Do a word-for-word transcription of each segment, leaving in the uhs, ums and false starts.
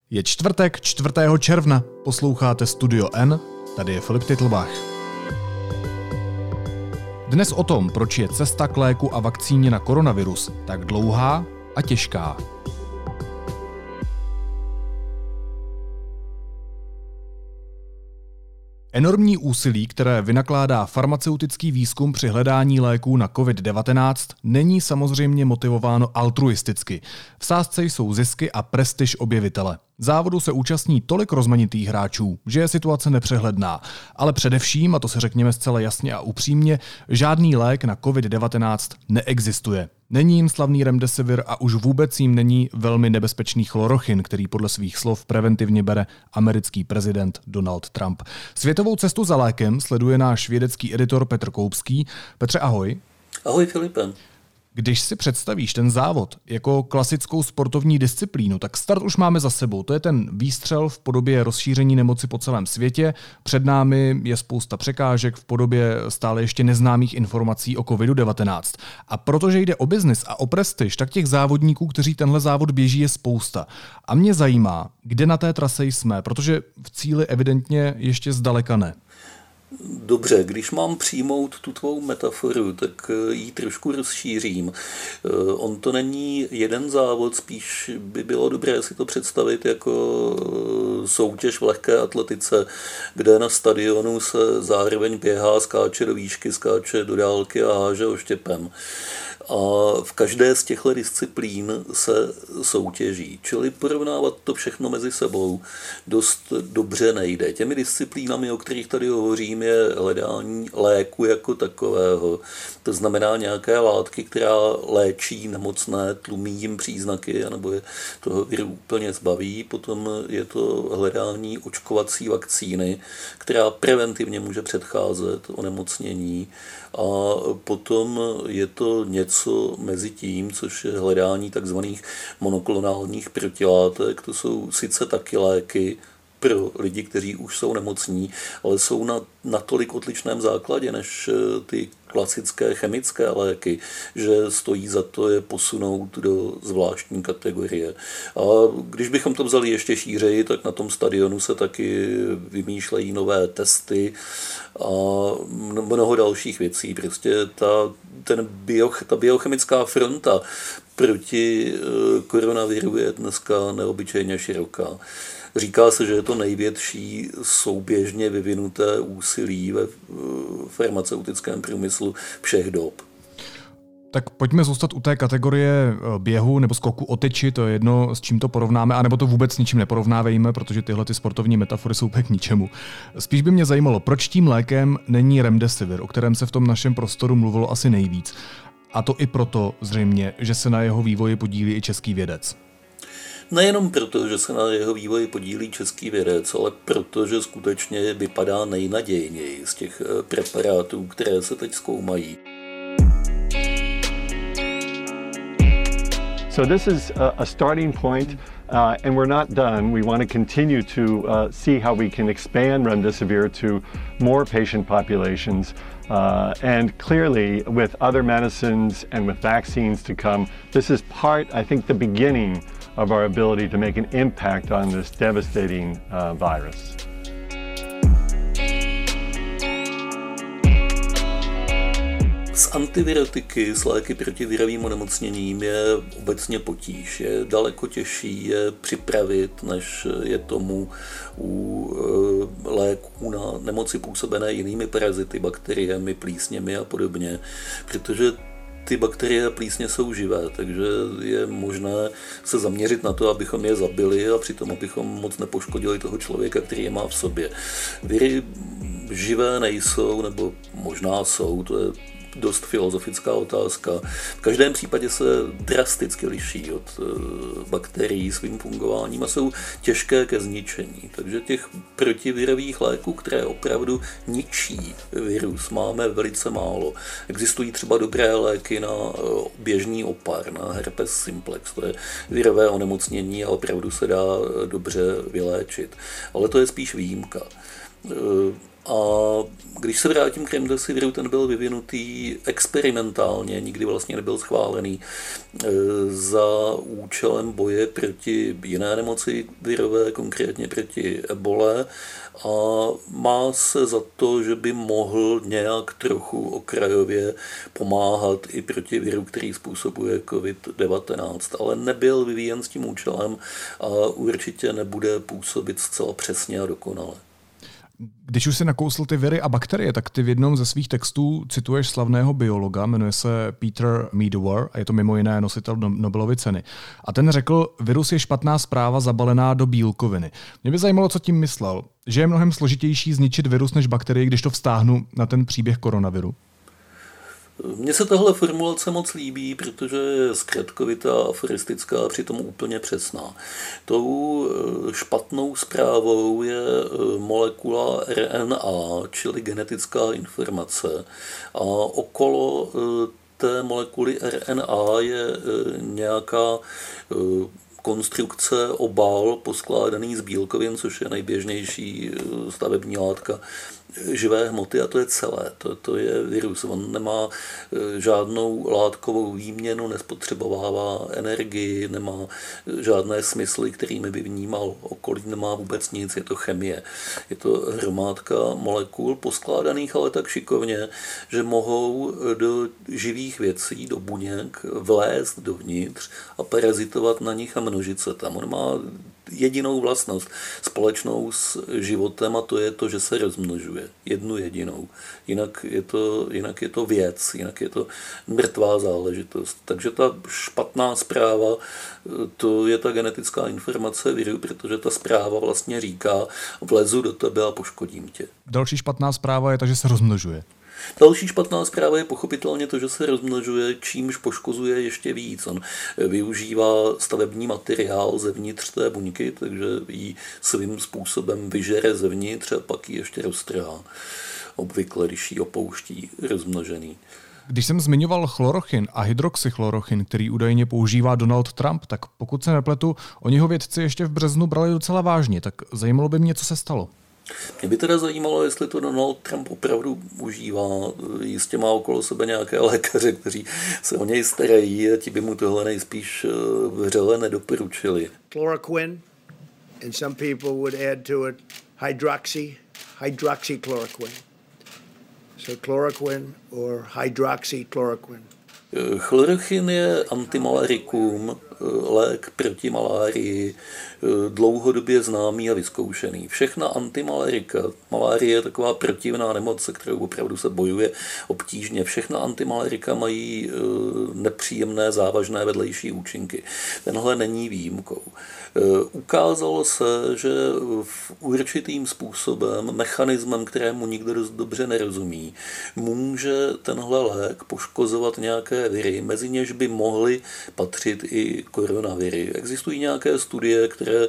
Je čtvrtek, čtvrtého června, posloucháte Studio N, tady je Filip Titlbach. Dnes o tom, proč je cesta k léku a vakcíně na koronavirus tak dlouhá a těžká. Enormní úsilí, které vynakládá farmaceutický výzkum při hledání léků na covid devatenáct, není samozřejmě motivováno altruisticky. V sázce jsou zisky a prestiž objevitele. Závodu se účastní tolik rozmanitých hráčů, že je situace nepřehledná. Ale především, a to se řekněme zcela jasně a upřímně, žádný lék na covid devatenáct neexistuje. Není jim slavný remdesivir a už vůbec jim není velmi nebezpečný chlorochin, který podle svých slov preventivně bere americký prezident Donald Trump. Světovou cestu za lékem sleduje náš vědecký editor Petr Koupský. Petře, ahoj. Ahoj, Filipe. Když si představíš ten závod jako klasickou sportovní disciplínu, tak start už máme za sebou. To je ten výstřel v podobě rozšíření nemoci po celém světě. Před námi je spousta překážek v podobě stále ještě neznámých informací o covid devatenáct. A protože jde o biznis a o prestiž, tak těch závodníků, kteří tenhle závod běží, je spousta. A mě zajímá, kde na té trase jsme, protože v cíli evidentně ještě zdaleka ne. Dobře, když mám přijmout tu tvou metaforu, tak ji trošku rozšířím. On to není jeden závod, spíš by bylo dobré si to představit jako soutěž v lehké atletice, kde na stadionu se zároveň běhá, skáče do výšky, skáče do dálky a háže oštěpem. A v každé z těchto disciplín se soutěží. Čili porovnávat to všechno mezi sebou dost dobře nejde. Těmi disciplínami, o kterých tady hovořím, je hledání léku jako takového. To znamená nějaké látky, která léčí nemocné, tlumí jim příznaky, anebo je toho viru úplně zbaví. Potom je to hledání očkovací vakcíny, která preventivně může předcházet onemocnění. A potom je to něco mezi tím, což je hledání takzvaných monoklonálních protilátek. To jsou sice taky léky pro lidi, kteří už jsou nemocní, ale jsou na natolik odlišném základě než ty klasické chemické léky, že stojí za to je posunout do zvláštní kategorie. A když bychom to vzali ještě šířeji, tak na tom stadionu se taky vymýšlejí nové testy a mnoho dalších věcí. Prostě ta, ten bio, ta biochemická fronta proti koronaviru je dneska neobyčejně široká. Říká se, že je to největší souběžně vyvinuté úsilí ve farmaceutickém průmyslu všech dob. Tak pojďme zůstat u té kategorie běhu nebo skoku o tyči, to je jedno, s čím to porovnáme, anebo to vůbec s ničím neporovnávejme, protože tyhle ty sportovní metafory jsou tak k ničemu. Spíš by mě zajímalo, proč tím lékem není remdesivir, o kterém se v tom našem prostoru mluvilo asi nejvíc. A to i proto zřejmě, že se na jeho vývoji podílí i český vědec. Nejenom proto, že se na jeho vývoji podílí český vědec, ale proto, že skutečně vypadá nejnadějněji z těch preparátů, které se teď zkoumají. So this is a, a starting point, uh, and we're not done. We want to continue to uh, see how we can expand remdesivir to more patient populations. Uh, and clearly, with other medicines and with vaccines to come, this is part, I think, the beginning of our ability to make an impact on this devastating uh, virus. S antivirotiky, s léky proti virovým onemocněním je obecně potíž. Je daleko těžší je připravit, než je tomu u léků na nemoci působené jinými parazity, bakteriemi, plísněmi a podobně, protože ty bakterie a plísně jsou živé, takže je možné se zaměřit na to, abychom je zabili a přitom abychom moc nepoškodili toho člověka, který je má v sobě. Viry živé nejsou, nebo možná jsou, to je dost filozofická otázka. V každém případě se drasticky liší od bakterií svým fungováním a jsou těžké ke zničení. Takže těch protivirových léků, které opravdu ničí virus, máme velice málo. Existují třeba dobré léky na běžný opar, na herpes simplex, to je virové onemocnění a opravdu se dá dobře vyléčit. Ale to je spíš výjimka. A když se vrátím k remdesiviru, ten byl vyvinutý experimentálně, nikdy vlastně nebyl schválený za účelem boje proti jiné nemoci virové, konkrétně proti ebole, a má se za to, že by mohl nějak trochu okrajově pomáhat i proti viru, který způsobuje covid devatenáct, ale nebyl vyvíjen s tím účelem a určitě nebude působit zcela přesně a dokonale. Když už si nakousl ty viry a bakterie, tak ty v jednom ze svých textů cituješ slavného biologa, jmenuje se Peter Medawar a je to mimo jiné nositel Nobelovy ceny. A ten řekl, virus je špatná zpráva zabalená do bílkoviny. Mě by zajímalo, co tím myslel. Že je mnohem složitější zničit virus než bakterie, když to vztáhnu na ten příběh koronaviru? Mně se tahle formulace moc líbí, protože je zkratkovitá, aforistická a přitom úplně přesná. Tou špatnou zprávou je molekula R N A, čili genetická informace. A okolo té molekuly R N A je nějaká konstrukce, obal poskládaný z bílkovin, což je nejběžnější stavební látka živé hmoty, a to je celé. To, to je virus. On nemá žádnou látkovou výměnu, nespotřebovává energii, nemá žádné smysly, kterými by vnímal okolí, nemá vůbec nic, je to chemie. Je to hromádka molekul poskládaných ale tak šikovně, že mohou do živých věcí, do buněk vlézt dovnitř a parazitovat na nich a množit se tam. On má jedinou vlastnost společnou s životem, a to je to, že se rozmnožuje. Jednu jedinou. Jinak je to, jinak je to věc, jinak je to mrtvá záležitost. Takže ta špatná zpráva, to je ta genetická informace viru, protože ta zpráva vlastně říká, vlezu do tebe a poškodím tě. Další špatná zpráva je ta, že se rozmnožuje. Další špatná zpráva je pochopitelně to, že se rozmnožuje, čímž poškozuje ještě víc. On využívá stavební materiál zevnitř té buňky, takže ji svým způsobem vyžere zevnitř a pak ji ještě roztrhá. Obvykle, když ji opouští rozmnožený. Když jsem zmiňoval chlorochin a hydroxychlorochin, který údajně používá Donald Trump, tak pokud se nepletu, oni ho vědci ještě v březnu brali docela vážně, tak zajímalo by mě, co se stalo. Mě by teda zajímalo, jestli to Donald Trump opravdu užívá. Jistě má okolo sebe nějaké lékaře, kteří se o něj starají, a ti by mu tohle nejspíš vřele nedoporučili. Chloroquine, and some people would add to it hydroxy, hydroxychloroquine. So chloroquine or hydroxychloroquine. Chlorochin je antimalarikum, lék proti malárii, dlouhodobě známý a vyzkoušený. Všechna antimalarika, malárie je taková protivná nemoc, se kterou opravdu se bojuje obtížně. Všechna antimalarika mají nepříjemné, závažné vedlejší účinky. Tenhle není výjimkou. Ukázalo se, že v určitým způsobem, mechanismem, kterému nikdo dost dobře nerozumí, může tenhle lék poškozovat nějaké viry, mezi něž by mohly patřit i koronaviry. Existují nějaké studie, které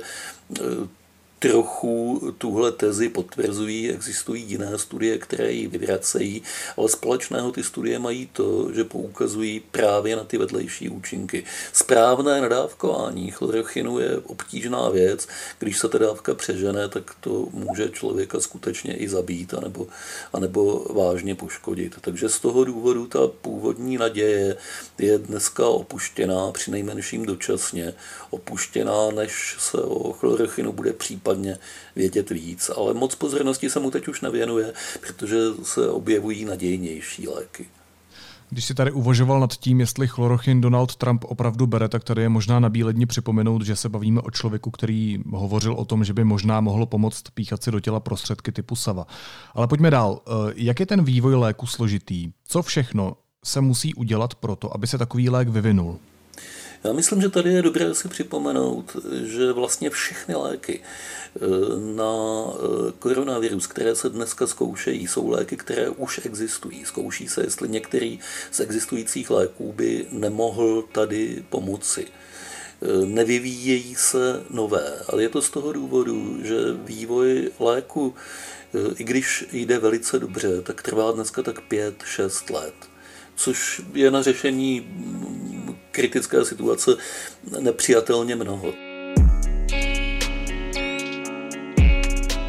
trochu tuhle tezi potvrzují, existují jiné studie, které ji vyvracejí, ale společného ty studie mají to, že poukazují právě na ty vedlejší účinky. Správné nadávkování chlorochinu je obtížná věc, když se ta dávka přežene, tak to může člověka skutečně i zabít anebo, anebo vážně poškodit. Takže z toho důvodu ta původní naděje je dneska opuštěná, přinejmenším dočasně opuštěná, než se o chlorochinu bude případně vědět víc, ale moc pozornosti se mu teď už nevěnuje, protože se objevují nadějnější léky. Když si tady uvažoval nad tím, jestli chlorochin Donald Trump opravdu bere, tak tady je možná nabíledni připomenout, že se bavíme o člověku, který hovořil o tom, že by možná mohlo pomoct píchat si do těla prostředky typu sava. Ale pojďme dál. Jak je ten vývoj léku složitý? Co všechno se musí udělat pro to, aby se takový lék vyvinul? Já myslím, že tady je dobré si připomenout, že vlastně všechny léky na koronavirus, které se dneska zkoušejí, jsou léky, které už existují. Zkouší se, jestli některý z existujících léků by nemohl tady pomoci. Nevyvíjejí se nové, ale je to z toho důvodu, že vývoj léku, i když jde velice dobře, tak trvá dneska tak pět šest let. Což je na řešení kritické situace nepřijatelně mnoho.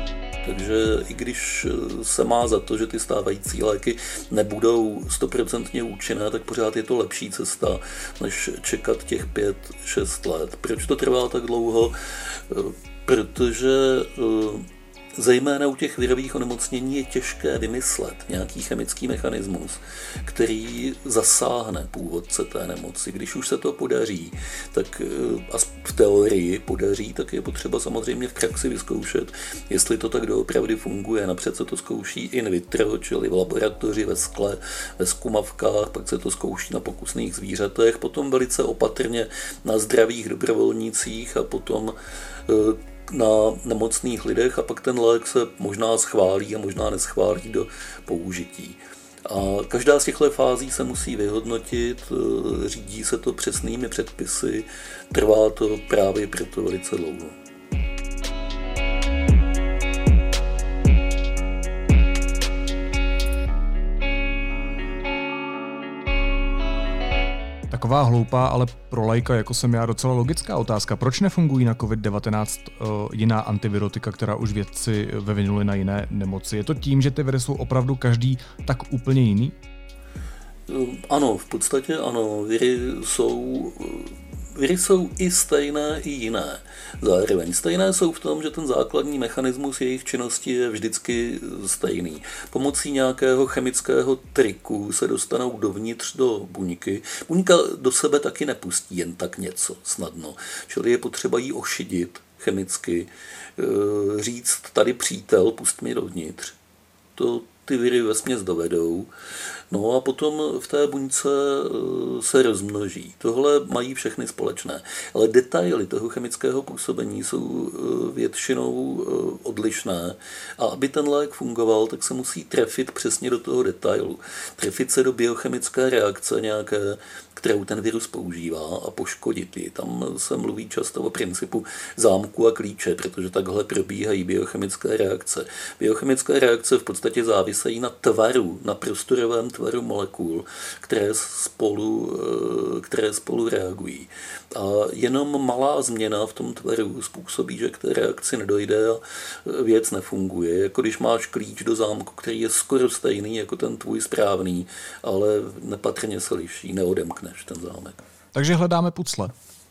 takže i když se má za to, že ty stávající léky nebudou stoprocentně účinné, tak pořád je to lepší cesta, než čekat těch pět, šest let. Proč to trvá tak dlouho? Protože zejména u těch virových onemocnění je těžké vymyslet nějaký chemický mechanismus, který zasáhne původce té nemoci. Když už se to podaří, tak a v teorii podaří, tak je potřeba samozřejmě v praxi vyzkoušet, jestli to tak doopravdy funguje. Napřed se to zkouší in vitro, čili v laboratoři, ve skle, ve zkumavkách, pak se to zkouší na pokusných zvířatech, potom velice opatrně na zdravých dobrovolnících a potom na nemocných lidech a pak ten lék se možná schválí a možná neschválí do použití. A každá z těchto fází se musí vyhodnotit, řídí se to přesnými předpisy, trvá to právě proto velice dlouho. Taková hloupá, ale pro laika, jako jsem já, docela logická otázka. Proč nefungují na covid devatenáct uh, jiná antivirotika, která už vědci vyvinuli na jiné nemoci? Je to tím, že ty viry jsou opravdu každý tak úplně jiný? Ano, v podstatě ano. Viry jsou... Viry jsou i stejné, i jiné. Zároveň stejné jsou v tom, že ten základní mechanismus jejich činnosti je vždycky stejný. Pomocí nějakého chemického triku se dostanou dovnitř do buňky. Buňka do sebe taky nepustí jen tak něco snadno. Čili je potřeba jí ošidit chemicky, říct tady přítel, pust mi dovnitř. To ty viry vesměs dovedou. No a potom v té buňce se rozmnoží. Tohle mají všechny společné. Ale detaily toho chemického působení jsou většinou odlišné. A aby ten lék fungoval, tak se musí trefit přesně do toho detailu. Trefit se do biochemické reakce nějaké, kterou ten virus používá a poškodit ji. Tam se mluví často o principu zámku a klíče, protože takhle probíhají biochemické reakce. Biochemické reakce v podstatě závisejí na tvaru, na prostorovém tvaru molekul, které spolu, které spolu reagují. A jenom malá změna v tom tvaru způsobí, že k té reakci nedojde a věc nefunguje. Jako když máš klíč do zámku, který je skoro stejný jako ten tvůj správný, ale nepatrně se liší, neodemkneš ten zámek. Takže hledáme pucle.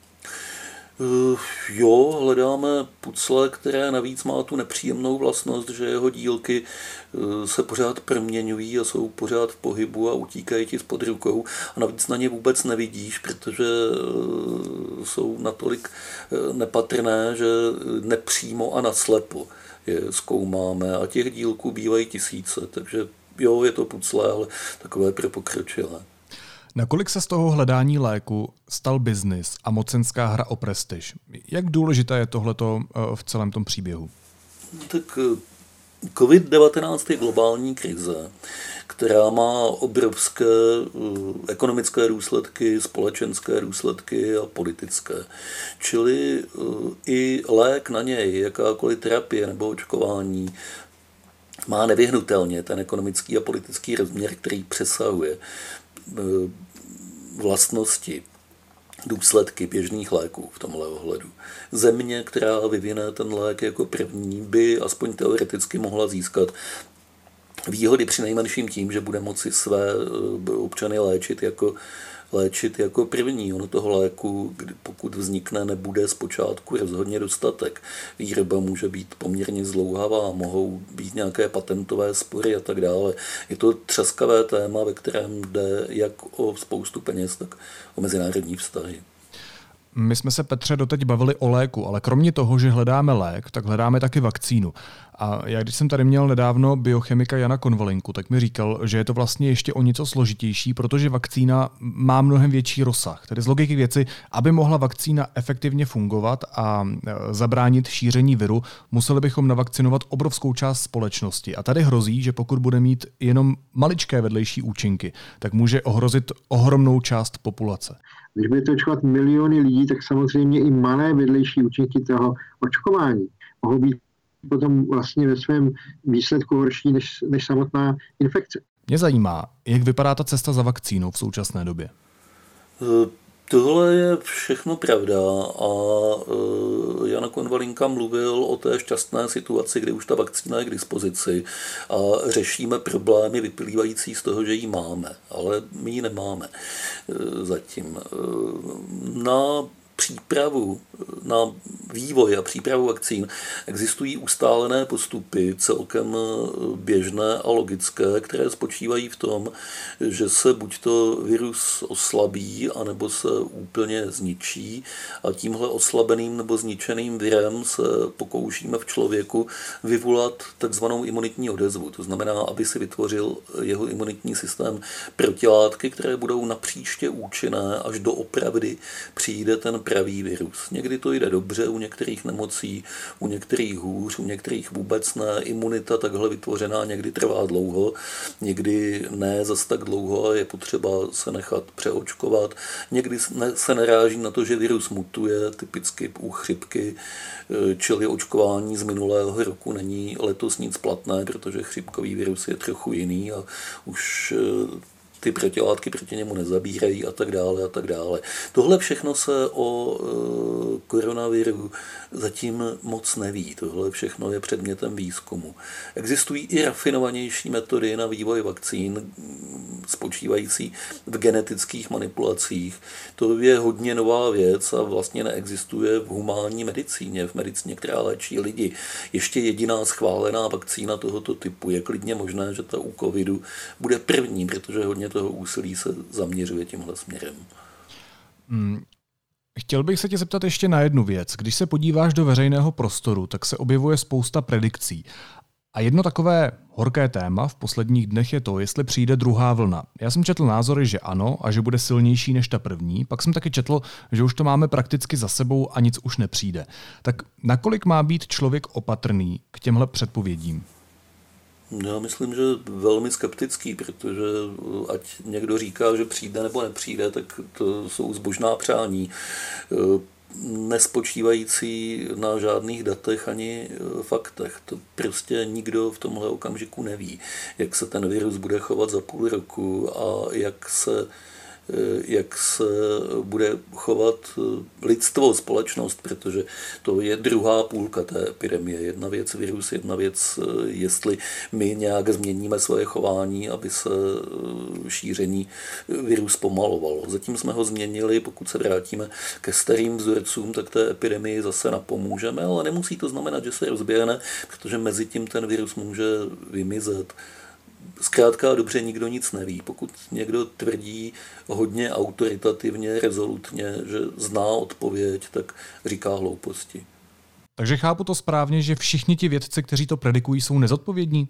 Uh, jo, hledáme pucle, které navíc má tu nepříjemnou vlastnost, že jeho dílky uh, se pořád proměňují a jsou pořád v pohybu a utíkají ti spod rukou a navíc na ně vůbec nevidíš, protože uh, jsou natolik uh, nepatrné, že nepřímo a naslepo je zkoumáme a těch dílků bývají tisíce, takže jo, je to pucle, ale takové pro pokročilé. Nakolik se z toho hledání léku stal biznis a mocenská hra o prestiž? Jak důležité je tohleto v celém tom příběhu? Tak covid devatenáct je globální krize, která má obrovské ekonomické důsledky, společenské důsledky a politické. Čili i lék na něj, jakákoliv terapie nebo očkování, má nevyhnutelně ten ekonomický a politický rozměr, který přesahuje vlastnosti, důsledky běžných léků v tomhle ohledu. Země, která vyvine ten lék jako první, by aspoň teoreticky mohla získat výhody přinejmenším tím, že bude moci své občany léčit jako léčit jako první. Ono toho léku, pokud vznikne, nebude zpočátku rozhodně dostatek. Výroba může být poměrně zdlouhavá, mohou být nějaké patentové spory a tak dále. Je to třaskavé téma, ve kterém jde jak o spoustu peněz, tak o mezinárodní vztahy. My jsme se, Petře, doteď bavili o léku, ale kromě toho, že hledáme lék, tak hledáme taky vakcínu. A já, když jsem tady měl nedávno biochemika Jana Konvalinku, tak mi říkal, že je to vlastně ještě o něco složitější, protože vakcína má mnohem větší rozsah. Tedy z logiky věci, aby mohla vakcína efektivně fungovat a zabránit šíření viru, museli bychom navakcinovat obrovskou část společnosti. A tady hrozí, že pokud bude mít jenom maličké vedlejší účinky, tak může ohrozit ohromnou část populace. Když budete očkovat miliony lidí, tak samozřejmě i malé vedlejší účinky toho očkování mohou být potom vlastně ve svém výsledku horší než, než samotná infekce. Mě zajímá, jak vypadá ta cesta za vakcínou v současné době. Tohle je všechno pravda a Jan Konvalinka mluvil o té šťastné situaci, kdy už ta vakcína je k dispozici a řešíme problémy vyplývající z toho, že ji máme, ale my ji nemáme zatím. Na přípravu, na vývoj a přípravu vakcín existují ustálené postupy, celkem běžné a logické, které spočívají v tom, že se buď to virus oslabí, anebo se úplně zničí a tímhle oslabeným nebo zničeným virem se pokoušíme v člověku vyvolat takzvanou imunitní odezvu. To znamená, aby si vytvořil jeho imunitní systém protilátky, které budou napříště účinné, až doopravdy přijde ten pravý virus. Někdy to jde dobře u některých nemocí, u některých hůř, u některých vůbec ne. Imunita takhle vytvořená někdy trvá dlouho, někdy ne zas tak dlouho a je potřeba se nechat přeočkovat. Někdy se naráží na to, že virus mutuje, typicky u chřipky, čili očkování z minulého roku není letos nic platné, protože chřipkový virus je trochu jiný a už ty protilátky proti němu nezabírají a tak dále a tak dále. Tohle všechno se o e, koronaviru zatím moc neví. Tohle všechno je předmětem výzkumu. Existují i rafinovanější metody na vývoj vakcín, spočívající v genetických manipulacích. To je hodně nová věc a vlastně neexistuje v humánní medicíně, v medicíně, která léčí lidi. Ještě jediná schválená vakcína tohoto typu. Je klidně možné, že ta u covidu bude první, protože hodně toho úsilí se zaměřuje tímhle směrem. Hmm. Chtěl bych se tě zeptat ještě na jednu věc. Když se podíváš do veřejného prostoru, tak se objevuje spousta predikcí. A jedno takové horké téma v posledních dnech je to, jestli přijde druhá vlna. Já jsem četl názory, že ano a že bude silnější než ta první. Pak jsem taky četl, že už to máme prakticky za sebou a nic už nepřijde. Tak nakolik má být člověk opatrný k těmhle předpovědím? Já myslím, že velmi skeptický, protože ať někdo říká, že přijde nebo nepřijde, tak to jsou zbožná přání, nespočívající na žádných datech ani faktech. To prostě nikdo v tomhle okamžiku neví, jak se ten virus bude chovat za půl roku a jak se jak se bude chovat lidstvo, společnost, protože to je druhá půlka té epidemie. Jedna věc virus, jedna věc, jestli my nějak změníme svoje chování, aby se šíření viru zpomalovalo. Zatím jsme ho změnili, pokud se vrátíme ke starým vzorcům, tak té epidemii zase napomůžeme, ale nemusí to znamenat, že se rozběhne, protože mezi tím ten virus může vymizet. Zkrátka dobře nikdo nic neví. Pokud někdo tvrdí hodně autoritativně, rezolutně, že zná odpověď, tak říká hlouposti. Takže chápu to správně, že všichni ti vědci, kteří to predikují, jsou nezodpovědní?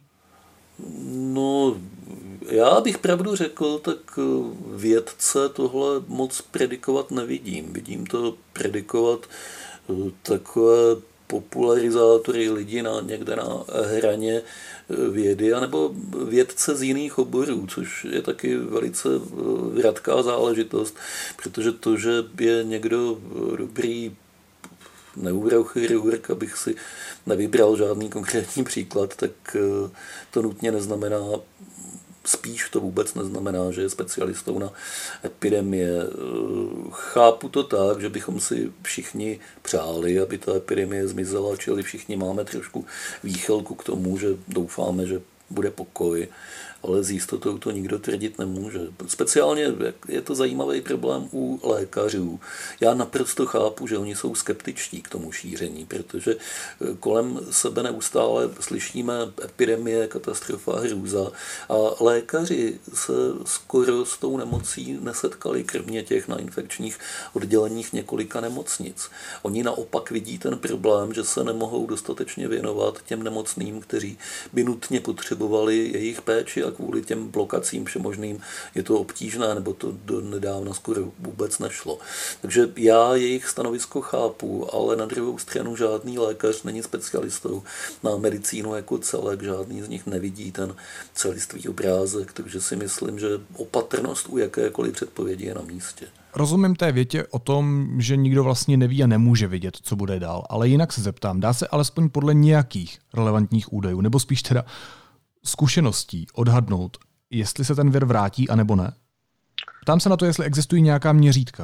No, já bych pravdu řekl, tak vědce tohle moc predikovat nevidím. Vidím to predikovat takové popularizátory lidí na, někde na hraně vědy, anebo vědce z jiných oborů, což je taky velice vratká záležitost, protože to, že je někdo dobrý neurochirurg, abych si nevybral žádný konkrétní příklad, tak to nutně neznamená, spíš to vůbec neznamená, že je specialistou na epidemie. Chápu to tak, že bychom si všichni přáli, aby ta epidemie zmizela, čili všichni máme trošku výchylku k tomu, že doufáme, že bude pokoj, ale s jistotou to nikdo tvrdit nemůže. Speciálně je to zajímavý problém u lékařů. Já naprosto chápu, že oni jsou skeptičtí k tomu šíření, protože kolem sebe neustále slyšíme epidemie, katastrofa, hrůza a lékaři se skoro s tou nemocí nesetkali, kromě těch na infekčních odděleních několika nemocnic. Oni naopak vidí ten problém, že se nemohou dostatečně věnovat těm nemocným, kteří by nutně potřebovali jejich péči a kvůli těm blokacím všemožným je to obtížné, nebo to do nedávna skoro vůbec nešlo. Takže já jejich stanovisko chápu, ale na druhou stranu žádný lékař není specialistou na medicínu jako celek, žádný z nich nevidí ten celistvý obrázek, takže si myslím, že opatrnost u jakékoliv předpovědi je na místě. Rozumím té větě o tom, že nikdo vlastně neví a nemůže vidět, co bude dál, ale jinak se zeptám, dá se alespoň podle nějakých relevantních údajů, nebo spíš teda zkušeností odhadnout, jestli se ten vir vrátí, anebo ne? Ptám se na to, jestli existují nějaká měřítka.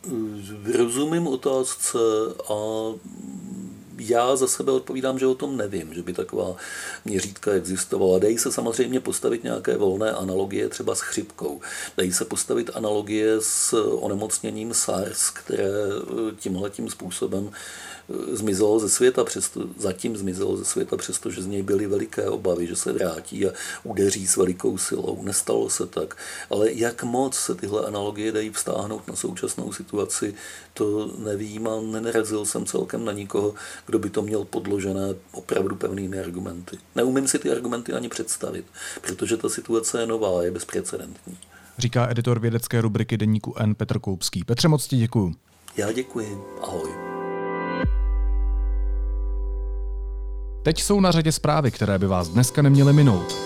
Rozumím otázce a já za sebe odpovídám, že o tom nevím, že by taková měřítka existovala. Dají se samozřejmě postavit nějaké volné analogie třeba s chřipkou. Dají se postavit analogie s onemocněním SARS, které tímhletím způsobem zmizelo ze světa, přesto, zatím zmizelo ze světa, přestože z něj byly veliké obavy, že se vrátí a udeří s velikou silou. Nestalo se tak. Ale jak moc se tyhle analogie dají vztáhnout na současnou situaci, to nevím a nenarazil jsem celkem na nikoho, kdo by to měl podložené opravdu pevnými argumenty. Neumím si ty argumenty ani představit, protože ta situace je nová, je bezprecedentní. Říká editor vědecké rubriky deníku N Petr Koupský. Petře, moc ti děkuju. Já děkuji. Ahoj. Teď jsou na řadě zprávy, které by vás dneska neměly minout.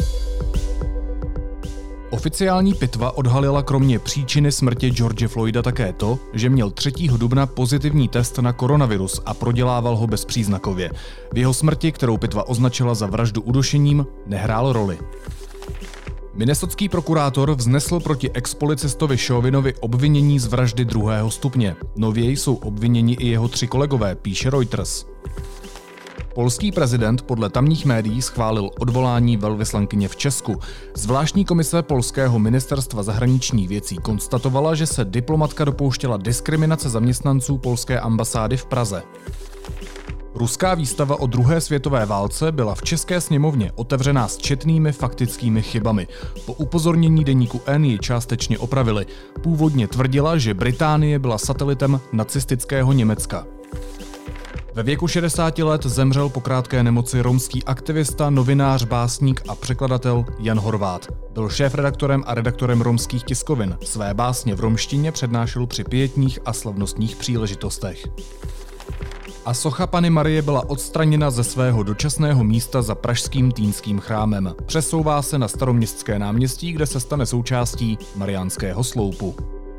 Oficiální pitva odhalila kromě příčiny smrti George Floyda také to, že měl třetího dubna pozitivní test na koronavirus a prodělával ho bezpříznakově. V jeho smrti, kterou pitva označila za vraždu udušením, nehrál roli. Minnesotský prokurátor vznesl proti expolicistovi Chauvinovi obvinění z vraždy druhého stupně. Nově jsou obviněni i jeho tři kolegové, píše Reuters. Polský prezident podle tamních médií schválil odvolání velvyslankyně v Česku. Zvláštní komise polského ministerstva zahraničních věcí konstatovala, že se diplomatka dopouštěla diskriminace zaměstnanců polské ambasády v Praze. Ruská výstava o druhé světové válce byla v České sněmovně otevřená s četnými faktickými chybami. Po upozornění deníku N ji částečně opravili. Původně tvrdila, že Británie byla satelitem nacistického Německa. Ve věku šedesáti let zemřel po krátké nemoci romský aktivista, novinář, básník a překladatel Jan Horvát. Byl šéfredaktorem a redaktorem romských tiskovin. Své básně v romštině přednášel při pietních a slavnostních příležitostech. A socha Panny Marie byla odstraněna ze svého dočasného místa za pražským Týnským chrámem. Přesouvá se na Staroměstské náměstí, kde se stane součástí Mariánského sloupu.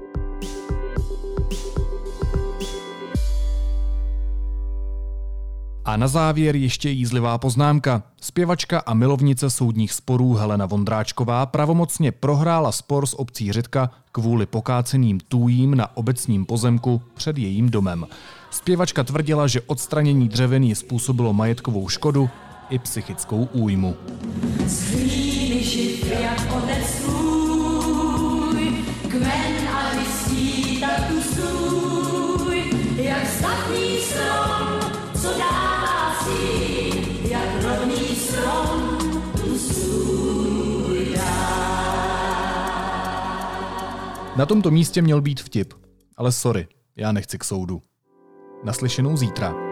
A na závěr ještě jízlivá poznámka. Zpěvačka a milovnice soudních sporů Helena Vondráčková pravomocně prohrála spor s obcí Řitka kvůli pokáceným tůjím na obecním pozemku před jejím domem. Zpěvačka tvrdila, že odstranění dřevin jí způsobilo majetkovou škodu i psychickou újmu. Na tomto místě měl být vtip, ale sorry, já nechci k soudu. Naslyšenou zítra.